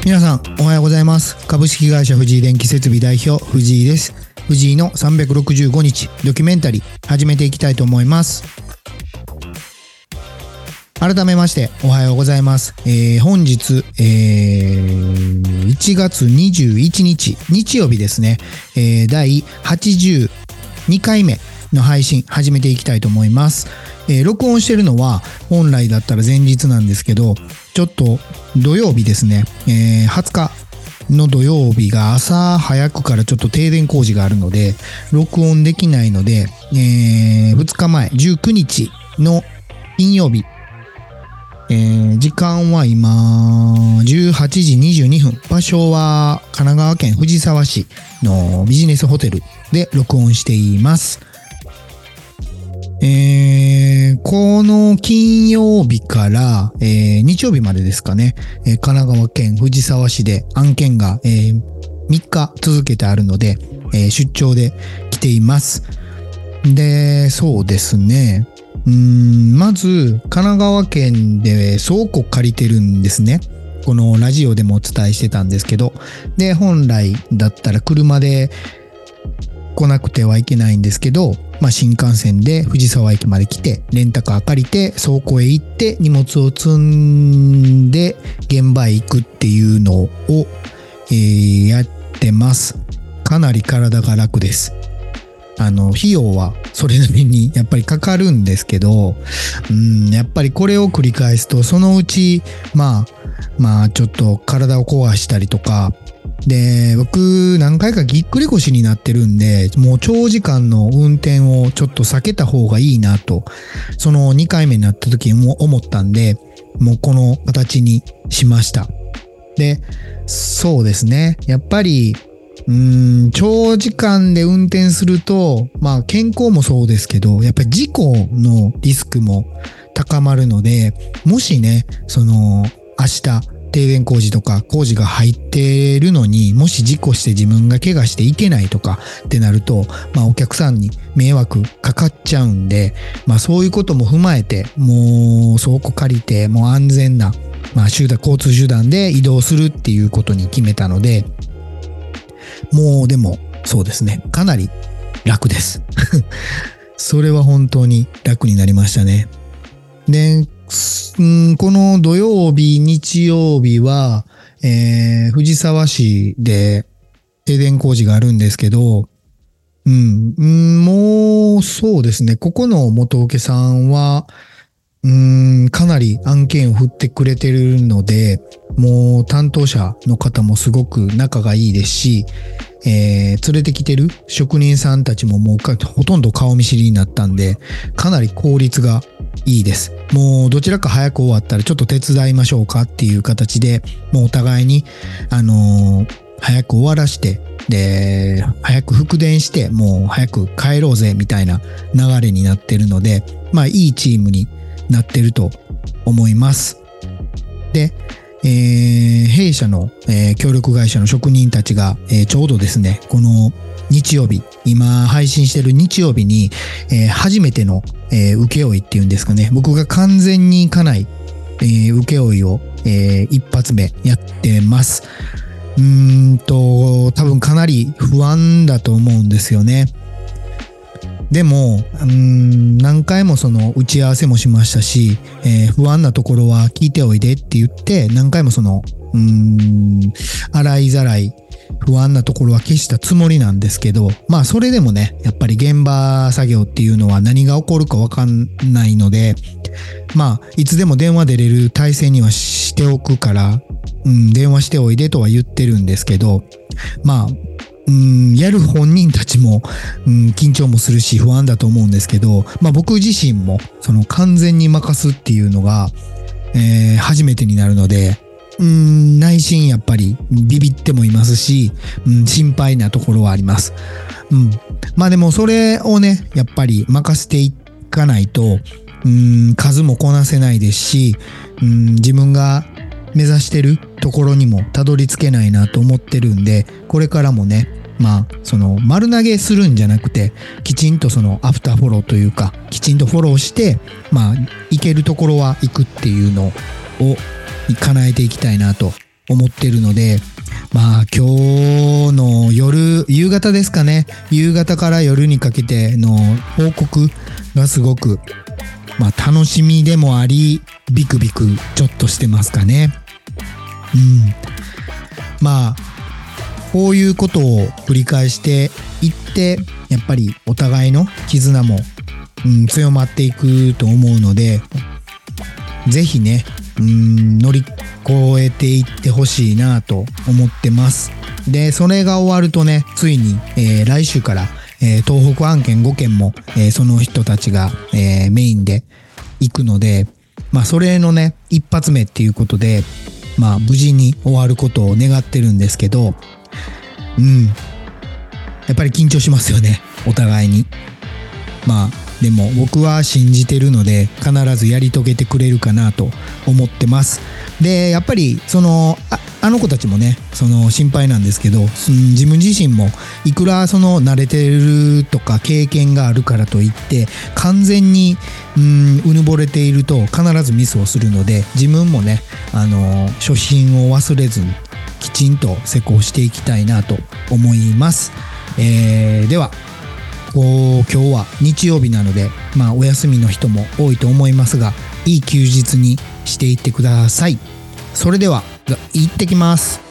皆さんおはようございます。株式会社藤井電気設備代表藤井です。藤井の365日ドキュメンタリー始めていきたいと思います。改めましておはようございます。本日、1月21日日曜日ですね、第82回目の配信始めていきたいと思います。録音してるのは本来だったら前日なんですけど、ちょっと土曜日ですね、20日の土曜日が朝早くからちょっと停電工事があるので録音できないので、2日前19日の金曜日、時間は今18時22分、場所は神奈川県藤沢市のビジネスホテルで録音しています。この金曜日から、日曜日までですかね、神奈川県藤沢市で案件が、3日続けてあるので、出張で来ています。で、そうですね。まず、神奈川県で倉庫借りてるんですね。このラジオでもお伝えしてたんですけど、で、本来だったら車で来なくてはいけないんですけど、新幹線で藤沢駅まで来てレンタカー借りて倉庫へ行って荷物を積んで現場へ行くっていうのを、やってます。かなり体が楽です。費用はそれなりにやっぱりかかるんですけど、やっぱりこれを繰り返すとそのうちちょっと体を壊したりとかで、僕何回かぎっくり腰になってるんで、もう長時間の運転をちょっと避けた方がいいなと、その2回目になった時にも思ったんで、もうこの形にしました。で、そうですね。やっぱり、長時間で運転すると、健康もそうですけど、やっぱり事故のリスクも高まるので、もしね、明日、停電工事とか工事が入ってるのにもし事故して自分が怪我していけないとかってなると、お客さんに迷惑かかっちゃうんで、そういうことも踏まえてもう倉庫借りてもう安全な、交通手段で移動するっていうことに決めたので、もうでもそうですね、かなり楽ですそれは本当に楽になりましたね。で、この土曜日、日曜日は、藤沢市で停電工事があるんですけど、もうそうですね、ここの元請けさんは、かなり案件を振ってくれてるので、もう担当者の方もすごく仲がいいですし、連れてきてる職人さんたちももうほとんど顔見知りになったんで、かなり効率がいいです。もうどちらか早く終わったらちょっと手伝いましょうかっていう形で、もうお互いに、早く終わらして、で、早く復電して、もう早く帰ろうぜみたいな流れになってるので、いいチームになってると思います。で、弊社の、協力会社の職人たちが、ちょうどですね、この日曜日、今配信してる日曜日に、初めての、請負っていうんですかね、僕が完全にいかない、請負を、一発目やってます。多分かなり不安だと思うんですよね。でも、何回もその打ち合わせもしましたし、不安なところは聞いておいでって言って、何回も洗いざらい不安なところは消したつもりなんですけど、それでもね、やっぱり現場作業っていうのは何が起こるかわかんないので、いつでも電話出れる体制にはしておくから、電話しておいでとは言ってるんですけど、やる本人たちも、緊張もするし不安だと思うんですけど、僕自身も完全に任すっていうのが、初めてになるので、内心やっぱりビビってもいますし、心配なところはあります。でもそれをね、やっぱり任せていかないと、数もこなせないですし、自分が目指してるところにもたどり着けないなと思ってるんで、これからもね、丸投げするんじゃなくて、きちんとアフターフォローというか、きちんとフォローして、行けるところは行くっていうのを叶えていきたいなと思ってるので、まあ今日の夕方ですかね。夕方から夜にかけての報告がすごく、まあ楽しみでもあり、ビクビクちょっとしてますかね。まあ、こういうことを繰り返していって、やっぱりお互いの絆も、強まっていくと思うので、ぜひね、乗り越えていってほしいなと思ってます。で、それが終わるとね、ついに、来週から、東北案件5件も、その人たちが、メインで行くので、まあそれのね、一発目っていうことで、まあ無事に終わることを願ってるんですけど、やっぱり緊張しますよね、お互いに。まあでも僕は信じてるので必ずやり遂げてくれるかなと思ってます。で、やっぱりあの子たちもね、心配なんですけど、自分自身もいくら慣れてるとか経験があるからといって完全にうぬぼれていると必ずミスをするので、自分もね、初心を忘れずにきちんと施工していきたいなと思います。では今日は日曜日なので、まあお休みの人も多いと思いますが、いい休日にしていってください。それでは行ってきます。